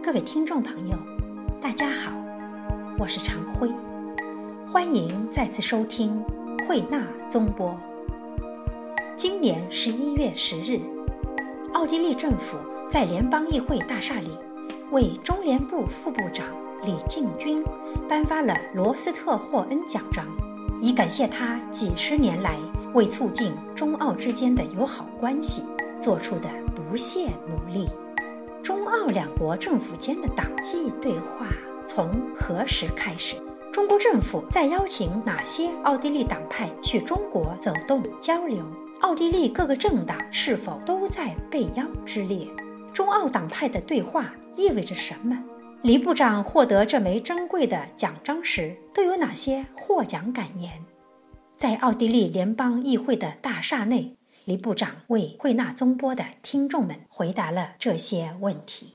各位听众朋友，大家好，我是常辉，欢迎再次收听慧纳综播。今年11月10日，奥地利政府在联邦议会大厦里为中联部副部长李进军颁发了罗斯特霍恩奖章，以感谢他几十年来为促进中澳之间的友好关系做出的不懈努力。中澳两国政府间的党际对话从何时开始？中国政府在邀请哪些奥地利党派去中国走动交流？奥地利各个政党是否都在被邀之列？中澳党派的对话意味着什么？李部长获得这枚珍贵的奖章时都有哪些获奖感言？在奥地利联邦议会的大厦内，李部长为慧纳综播的听众们回答了这些问题。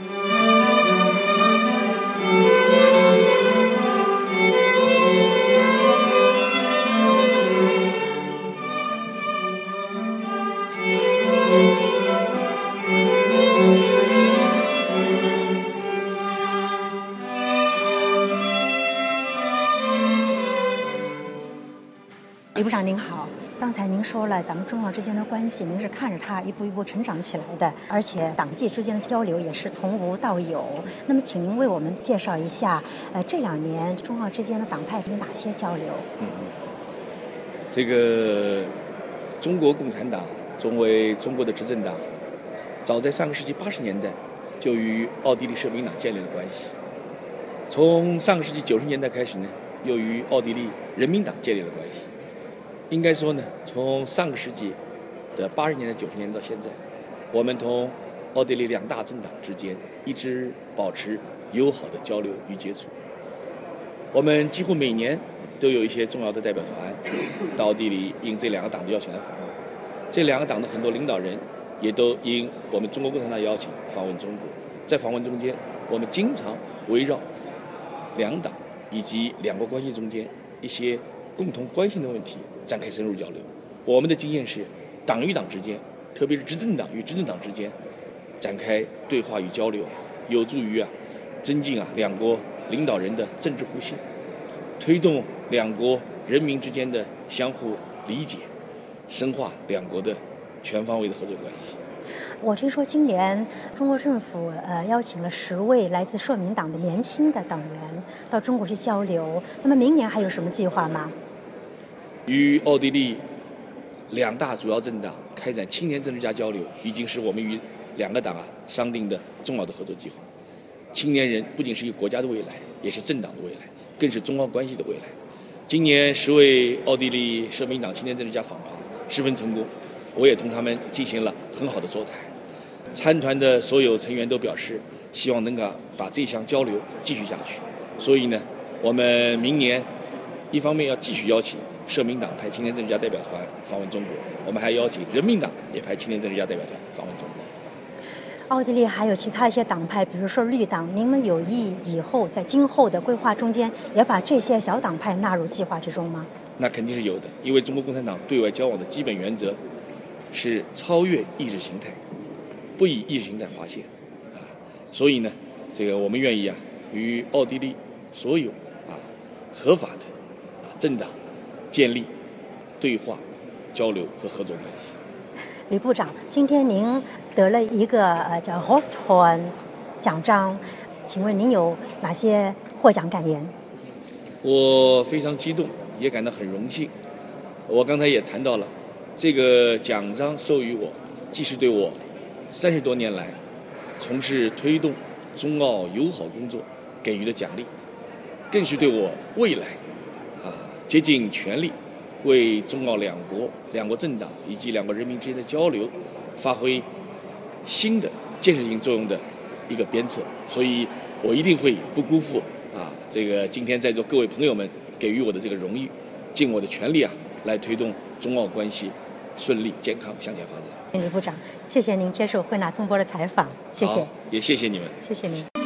李部长您好，刚才您说了咱们中澳之间的关系，您是看着它一步一步成长起来的，而且党际之间的交流也是从无到有。那么请您为我们介绍一下这2年中澳之间的党派有哪些交流？ 这个中国共产党作为中国的执政党，早在上个世纪80年代就与奥地利社民党建立了关系，从上个世纪90年代开始呢，又与奥地利人民党建立了关系。应该说呢，从上个世纪的80年代、90年到现在，我们同奥地利2大政党之间一直保持友好的交流与接触。我们几乎每年都有一些重要的代表团到奥地利应这2个党的邀请来访问，这2个党的很多领导人也都应我们中国共产党邀请访问中国。在访问中间，我们经常围绕2党以及2国关系中间一些共同关心的问题展开深入交流。我们的经验是，党与党之间，特别是执政党与执政党之间展开对话与交流，有助于增进2国领导人的政治互信，推动2国人民之间的相互理解，深化2国的全方位的合作关系。 我听说今年中国政府邀请了10位来自社民党的年轻的党员到中国去交流，那么明年还有什么计划吗？ 与奥地利2大主要政党开展青年政治家交流，已经是我们与2个党商定的重要的合作计划。青年人不仅是一个国家的未来，也是政党的未来，更是中澳关系的未来。今年10位奥地利社民党青年政治家访华十分成功，我也同他们进行了很好的座谈。参团的所有成员都表示希望能够把这项交流继续下去，所以呢，我们明年一方面要继续邀请社民党派青年政治家代表团访问中国，我们还邀请人民党也派青年政治家代表团访问中国。 奥地利还有其他一些党派，比如说绿党，您们有意以后在今后的规划中间也把这些小党派纳入计划之中吗？ 那肯定是有的，因为中国共产党对外交往的基本原则是超越意识形态，不以意识形态划线所以呢，这个我们愿意与奥地利所有合法的政党建立对话、交流和合作关系。 李部长，今天您得了一个叫 Hosthorn 奖章，请问您有哪些获奖感言？ 我非常激动，也感到很荣幸。我刚才也谈到了，这个奖章授予我，既是对我30多年来从事推动中澳友好工作给予的奖励，更是对我未来竭尽全力为中澳两国政党以及2国人民之间的交流发挥新的建设性作用的一个鞭策。所以我一定会不辜负这个今天在座各位朋友们给予我的这个荣誉，尽我的全力来推动中澳关系顺利健康向前发展。 李部长，谢谢您接受慧纳综播的采访，谢谢。 也谢谢你们， 谢谢您。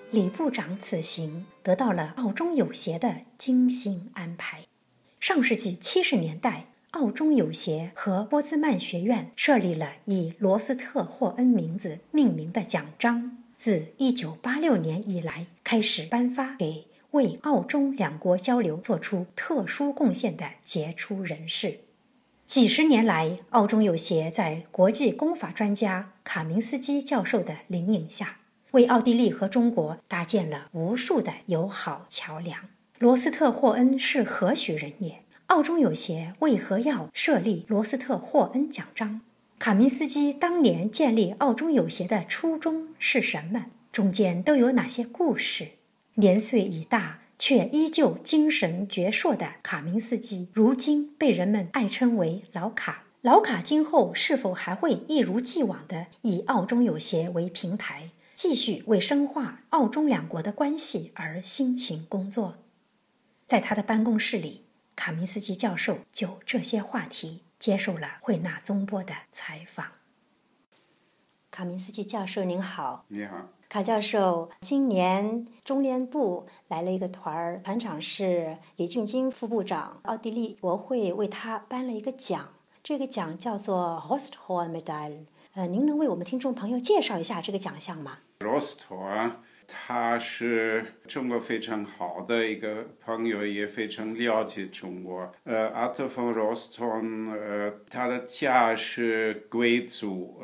李部长此行得到了澳中友协的精心安排。上世纪70年代，澳中友协和波兹曼学院设立了以罗斯特·霍恩名字命名的奖章，自1986年以来开始颁发给为澳中两国交流做出特殊贡献的杰出人士。几十年来，澳中友协在国际公法专家卡明斯基教授的领引下，为奥地利和中国搭建了无数的友好桥梁。罗斯特·霍恩是何许人也？澳中友协为何要设立罗斯特·霍恩奖章？卡明斯基当年建立澳中友协的初衷是什么？中间都有哪些故事？年岁已大却依旧精神矍铄的卡明斯基，如今被人们爱称为老卡。老卡今后是否还会一如既往地以澳中友协为平台，继续为深化澳中两国的关系而辛勤工作？在他的办公室里，卡明斯基教授就这些话题接受了慧纳综播的采访。卡明斯基教授您好。 你好。 卡教授，今年中联部来了一个团长是李俊京副部长，奥地利国会为他颁了一个奖，这个奖叫做 Rosthoer Medaille。您能为我们听众朋友介绍一下这个奖项吗？ Rosthoer 他是中国非常好的一个朋友，也非常了解中国。Arthur von Rosthoer，他的家是贵族。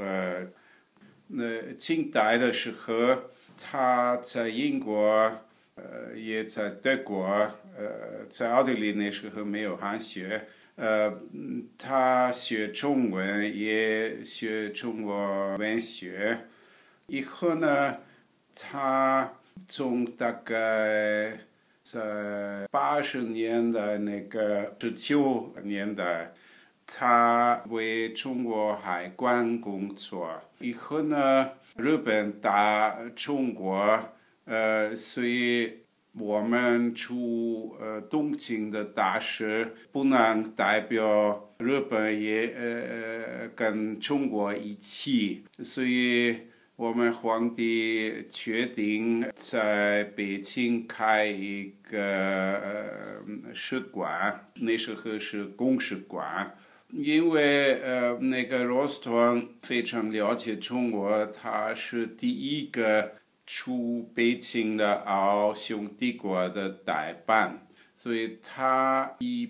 近代的时候，他在英国，也在德国，在奥地利那时候没有汉学。他学中文，也学中国文学。以后呢，他从大概在80年代19年代，他为中国海关工作。以后呢，日本打中国，所以我们驻东京的大使不能代表日本，也跟中国一起，所以我们皇帝决定在北京开一个使馆，那时候是公使馆。因为那个罗斯托非常了解中国，他是第一个驻北京的奥匈帝国的代办，所以他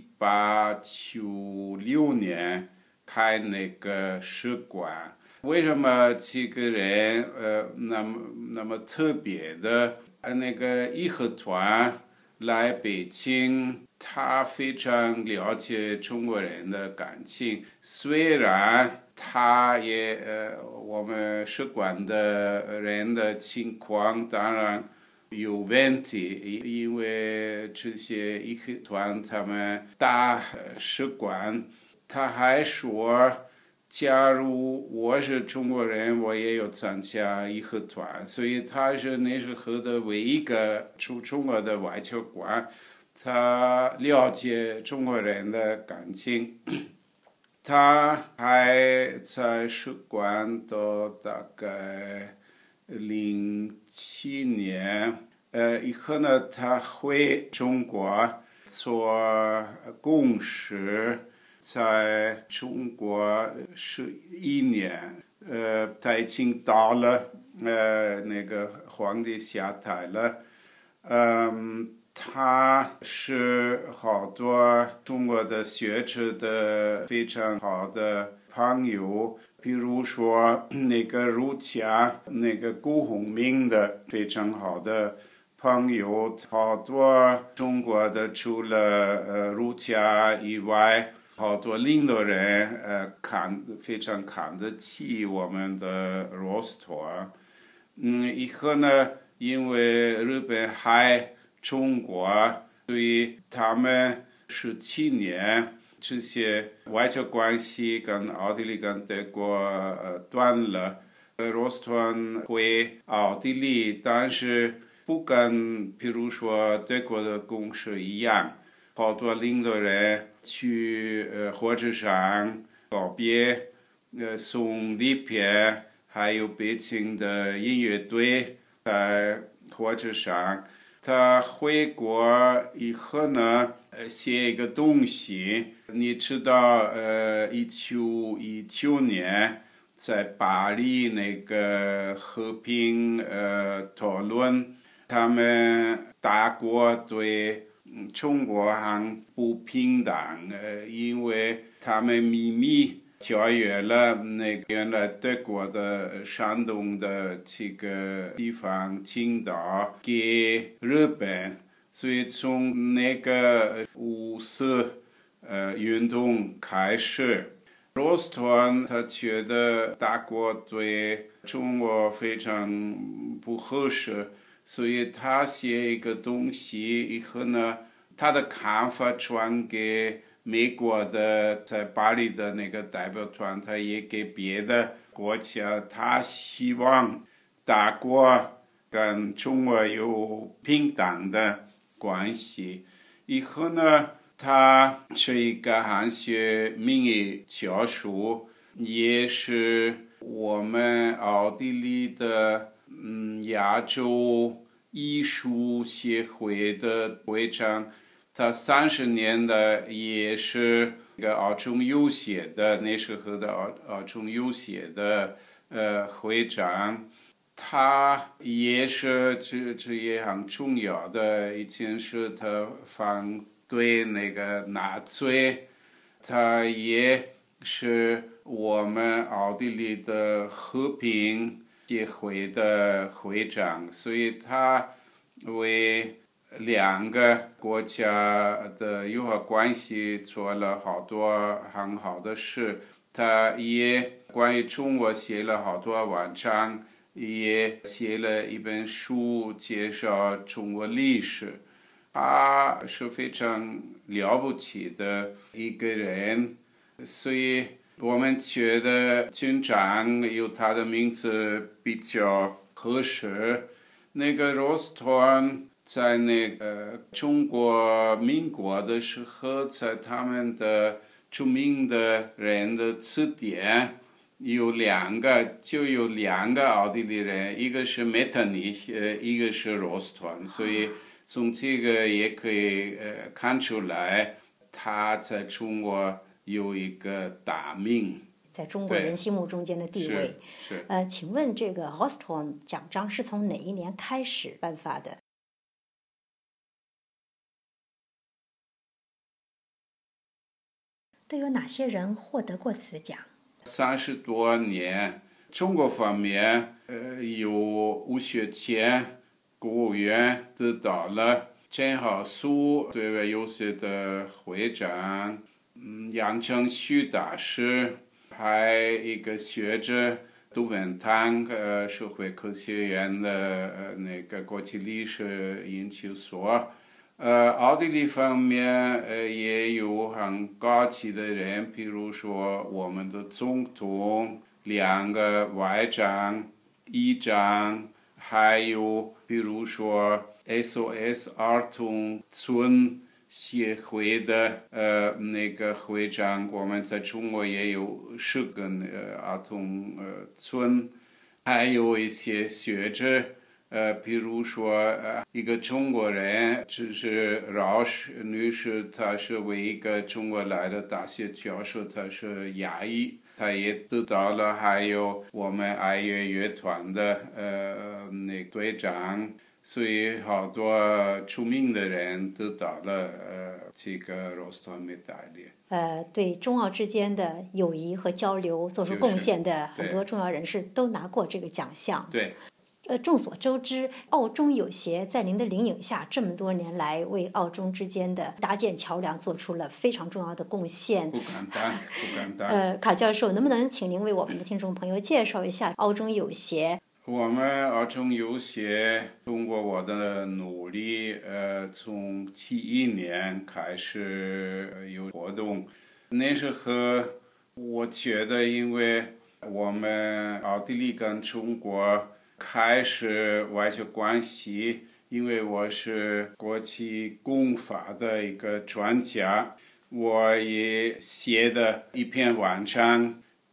1896年开那个使馆。为什么这个人那么特别的？那个义和团来北京，他非常了解中国人的感情，虽然他也我们使馆的人的情况当然有问题，因为这些义和团他们打使馆，他还说假如我是中国人，我也有参加义和团，所以他是那时候的唯一一个驻中国的外交官。他了解中国人的感情，他还在使馆到大概07年，以后呢，他回中国做公使，在中国11年，他已经到了，那个皇帝下台了，他是好多中国的学者的非常好的朋友，比如说那个儒家，那个辜鸿铭的非常好的朋友，好多中国的除了儒家以外，好多领导人非常看得起我们的罗斯托。以后呢，因为日本还中国，所以他们17年这些外交关系跟奥地利跟德国断了。罗斯托回奥地利，但是不跟比如说德国的公使一样，好多领导人去火车上告别，送礼品，还有北京的音乐队在火车上。他回国以后呢，写一个东西。你知道1919年在巴黎那个和平讨论，他们大国对中国很不平等，因为他们秘密跳跃了那个原来德国的山东的这个地方青岛给日本，所以从那个五四运动开始，罗斯托他觉得大国对中国非常不合适，所以他写一个东西以后呢，他的看法传给美国的在巴黎的那个代表团，他也给别的国家，他希望大国跟中国有平等的关系。以后呢，他是一个汉学名誉教授，也是我们奥地利的亚洲艺术协会的会长。他30年的也是一个奥中优协的那时候的奥中优协的会长，他也是这也很重要的一件事，他反对那个纳粹，他也是我们奥地利的和平协会的会长，所以他为2个国家的友好关系做了好多很好的事，他也关于中国写了好多文章，也写了一本书介绍中国历史。他是非常了不起的一个人，所以我们觉得军长有他的名字比较合适。那个罗斯托在那个中国民国的时候，在他们的著名的人的词典有2个奥地利人，一个是梅特尼，一个是罗斯托，所以从这个也可以看出来，他在中国有一个大名， 在中国人心目中间的地位。 是。 请问这个 Rostock 奖章是从哪一年开始颁发的？都有哪些人获得过此奖 ？30多年，中国方面有吴学谦国务院得到了，陈浩苏对外邮协的会长，杨成旭大师，还一个学者杜文堂，社会科学院的那个国际历史研究所。奥地利方面也有很高级的人，比如说我们的总统、2个外长、议长，还有比如说 SOS 儿童村协会的那个会长，我们在中国也有10个儿童村，还有一些学者。比如说一个中国人，就是饶女士，她是为一个中国来的大学教授，她是牙医，她也得到了，还有我们爱乐乐团的那队长，所以好多出名的人得到了这个罗斯托梅大列。 对中澳之间的友谊和交流做出贡献的很多重要人士都拿过这个奖项。 对。 众所周知，澳中友协在您的领引下，这么多年来为澳中之间的搭建桥梁做出了非常重要的贡献。 不敢当。 卡教授，能不能请您为我们的听众朋友介绍一下澳中友协？ 我们澳中友协通过我的努力，从71年开始有活动。那时候我觉得，因为我们奥地利跟中国开始外交关系，因为我是国际公法的一个专家，我也写的一篇文章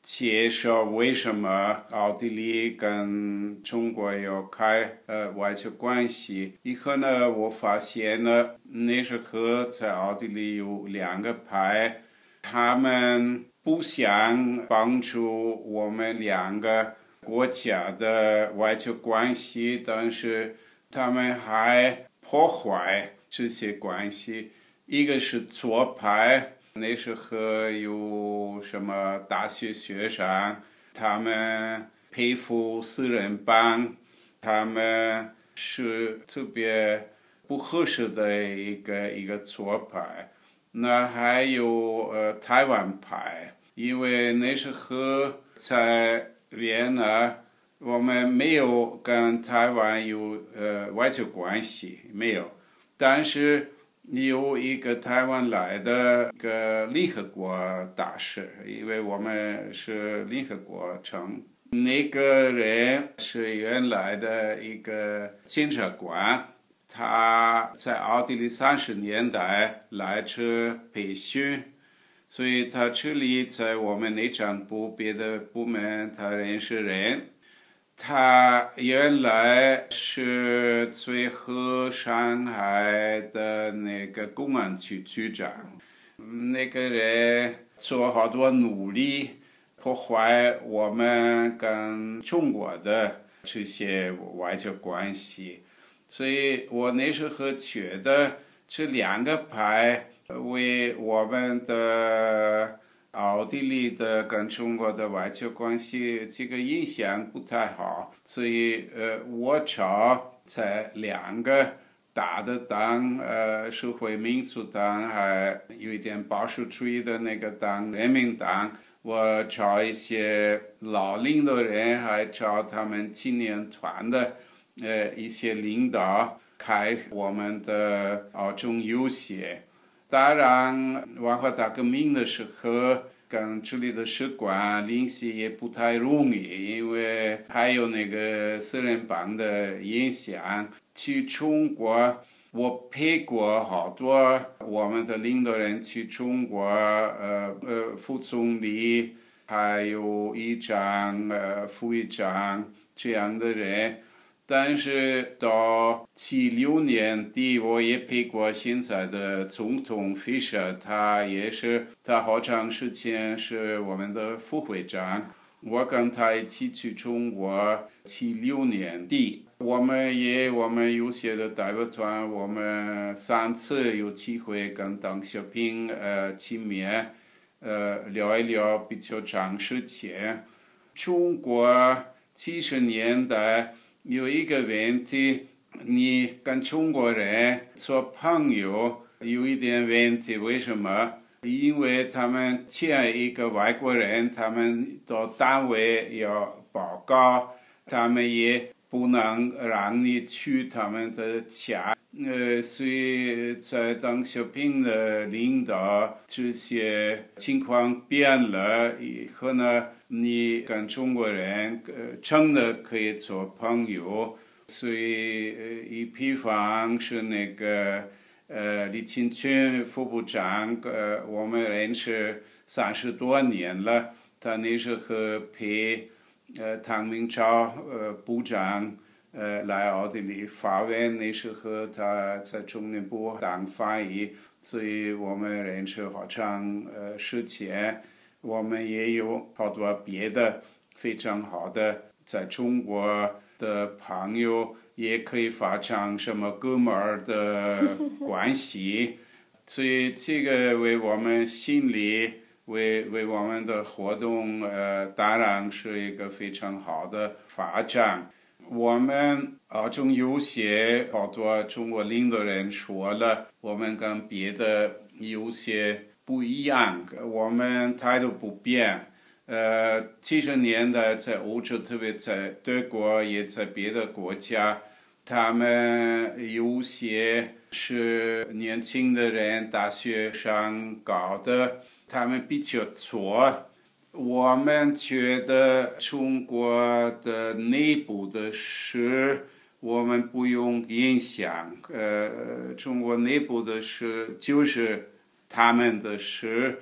介绍为什么奥地利跟中国要开外交关系。以后呢，我发现了那时候在奥地利有两个派，他们不想帮助我们两个国家的外交关系，但是他们还破坏这些关系。一个是左派，那时候有什么大学学生，他们佩服四人帮，他们是特别不合适的一个左派。那还有台湾派，因为那时候在维也纳，我们没有跟台湾有外交关系，没有，但是有一个台湾来的一个联合国大使，因为我们是联合国城，那个人是原来的一个检察官，他在奥地利30年代来这培训，所以他这里在我们内政部别的部门他认识人。他原来是最后上海的那个公安局局长，那个人做好多努力破坏我们跟中国的这些外交关系，所以我那时候觉得这两个派为我们的奥地利的跟中国的外交关系这个影响不太好，所以我找在两个大的党，社会民主党还有一点保守主义的那个党人民党，我找一些老领导人，还找他们青年团的一些领导开我们的澳中优协。当然，文化大革命的时候，跟这里的使馆联系也不太容易，因为还有那个四人帮的影响。去中国，我陪过好多我们的领导人去中国，副总理，还有议长、副议长这样的人。但是到76年底，我也陪过现在的总统菲舍，他好长时间是我们的副会长。我跟他一起去中国76年底，我们有些的代表团，我们3次有机会跟邓小平见面，聊一聊比较长时间。中国70年代。有一个问题，你跟中国人做朋友有一点问题，为什么？因为他们请一个外国人，他们到单位要报告，他们也不能让你去他们的家。所以在邓小平的领导，这些情况变了以后呢，你跟中国人真的可以做朋友。所以一比方是那个李庆群副部长，我们认识30多年了，他那时候陪唐明昭部长来奥地利发问，那时候他在中联部当翻译，所以我们认识好长时间。我们也有好多别的非常好的在中国的朋友，也可以发展什么哥们儿的关系。所以这个为我们心里为我们的活动当然是一个非常好的发展。我们中有些好多中国领导人说了，我们跟别的有些不一样，我们态度不变。70年代在欧洲，特别在德国，也在别的国家，他们有些是年轻的人，大学生搞的，他们比较错。我们觉得中国的内部的事，我们不用影响。中国内部的事就是他们的事，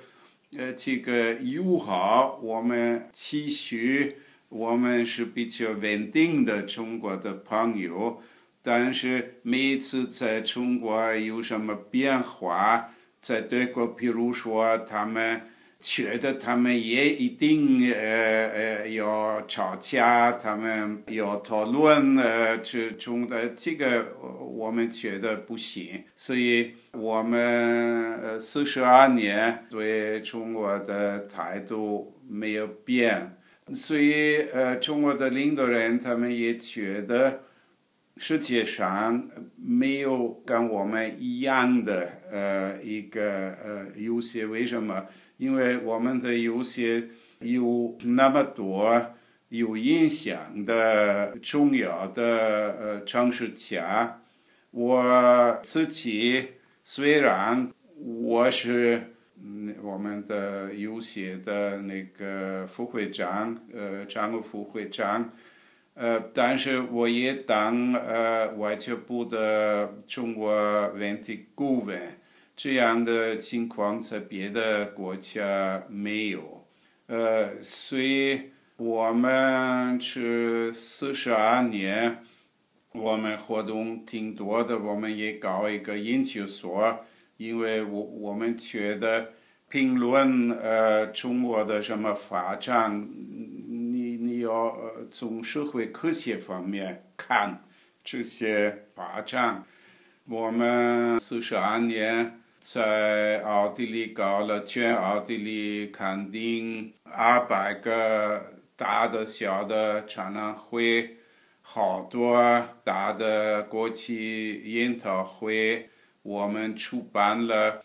这个友好，我们期许我们是比较稳定的中国的朋友，但是每一次在中国有什么变化，在德国，比如说他们觉得他们也一定要吵架，他们要讨论这种的，这个我们觉得不行，所以我们42年对中国的态度没有变，所以中国的领导人他们也觉得世界上没有跟我们一样的一个优势，为什么？因为我们的优势有那么多有影响的重要的政治家。我自己虽然我是我们的有些的那个副会长，常务副会长，但是我也当外交部的中国问题顾问，这样的情况在别的国家没有。所以我们是42年，我们活动挺多的，我们也搞一个研究所，因为我们觉得评论中国的什么发展，你要从社会科学方面看这些发展。我们42年在奥地利搞了全奥地利肯定200个大的小的展览会，好多大的国际研讨会，我们出版了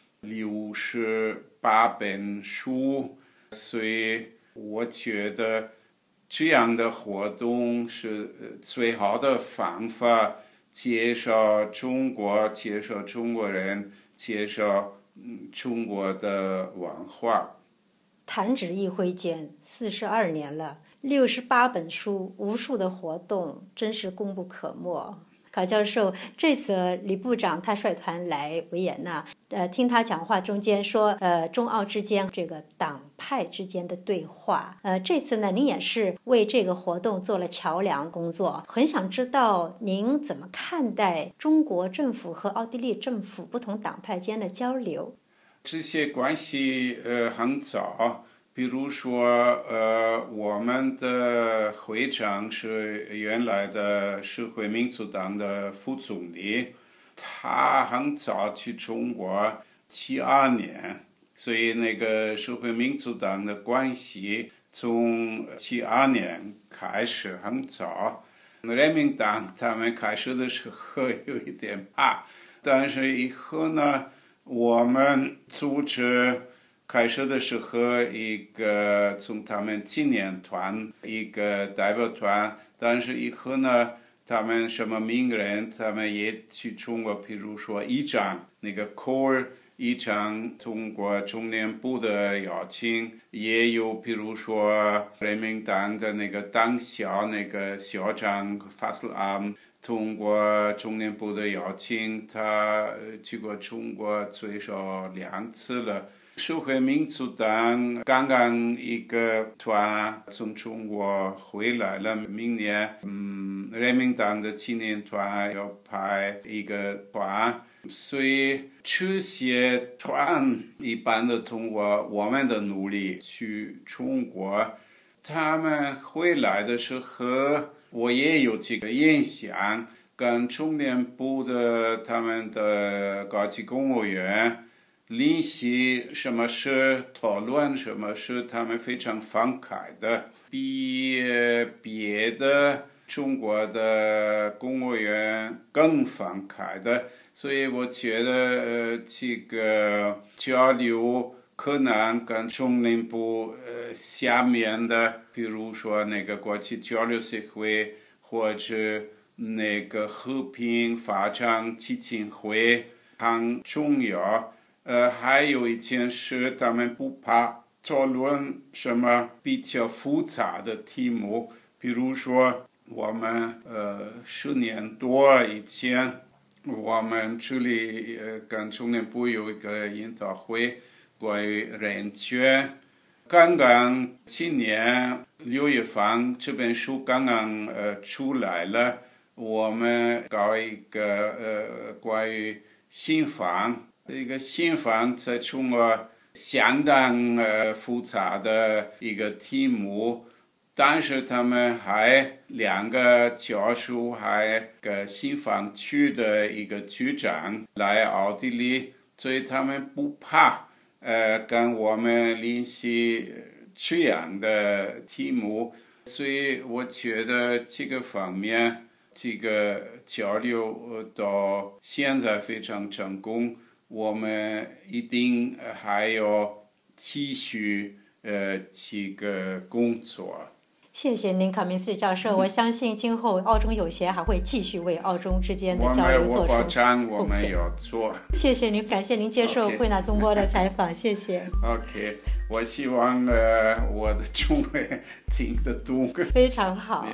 68本书，所以我觉得这样的活动是最好的方法，介绍中国，介绍中国人，介绍中国的文化。 弹指一挥间，42年了，68本书，无数的活动，真是功不可没。考教授，这次李部长他率团来维也纳，听他讲话中间说，中澳之间这个党派之间的对话，这次呢，您也是为这个活动做了桥梁工作，很想知道您怎么看待中国政府和奥地利政府不同党派间的交流？ 这些关系很早。比如说，我们的会长是原来的社会民主党的副总理，他很早去中国72年，所以那个社会民主党的关系从72年开始很早。人民党他们开始的时候有一点怕，但是以后呢，我们组织开始的时候，一个从他们纪念团，一个代表团，但是以后呢，他们什么名人，他们也去中国，比如说议长那个Kohl议长通过中联部的邀请，也有比如说人民党的那个党校那个校长Fasel通过中联部的邀请，他去过中国最少2次了。社会民主党刚刚一个团从中国回来了，明年人民党的青年团要派一个团，所以这些团一般的通过我们的努力去中国，他们回来的时候，我也有这个印象，跟中联部的他们的高级公务员联系什么事，讨论什么事，他们非常放开的，比别的中国的公务员更放开的，所以我觉得这个交流可能跟中联部下面的，比如说那个国际交流协会或者那个和平发展基金会很重要。还有一件事，他们不怕讨论什么比较复杂的题目，比如说我们10年多以前，我们这里跟中联部有一个研讨会， 关于人权。刚刚今年6月份这本书刚刚出来了，我们搞一个关于新房，一个新房在中国相当复杂的一个题目，但是他们还2个教授，还个新房区的一个局长来奥地利，所以他们不怕跟我们联系这样的题目，所以我觉得这个方面这个交流到现在非常成功，我们一定还要继续这个工作。 谢谢您，卡明斯教授。我相信今后澳中友协还会继续为澳中之间的交流做出我保证我们要做。 谢谢您，感谢您接受慧纳中波的采访，谢谢。 OK， 我希望我的中文听得懂。 非常好。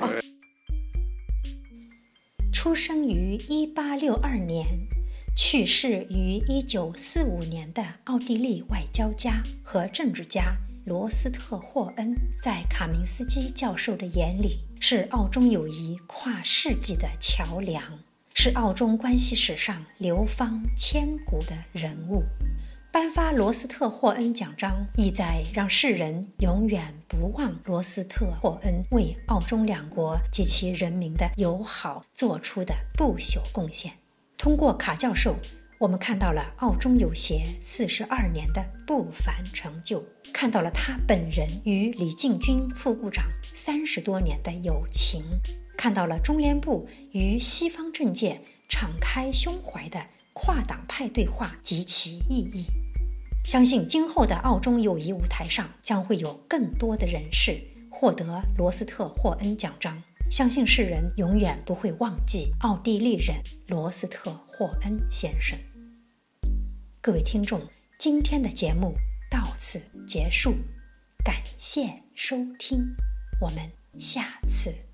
出生于1862年，去世于1945年的奥地利外交家和政治家罗斯特霍恩，在卡明斯基教授的眼里，是澳中友谊跨世纪的桥梁，是澳中关系史上流芳千古的人物。颁发罗斯特霍恩奖章，意在让世人永远不忘罗斯特霍恩为澳中两国及其人民的友好做出的不朽贡献。通过卡教授，我们看到了澳中友协42年的不凡成就，看到了他本人与李进军副部长30多年的友情，看到了中联部与西方政界敞开胸怀的跨党派对话及其意义。相信今后的澳中友谊舞台上将会有更多的人士获得罗斯特霍恩奖章，相信世人永远不会忘记奥地利人罗斯特霍恩先生。各位听众，今天的节目到此结束，感谢收听，我们下次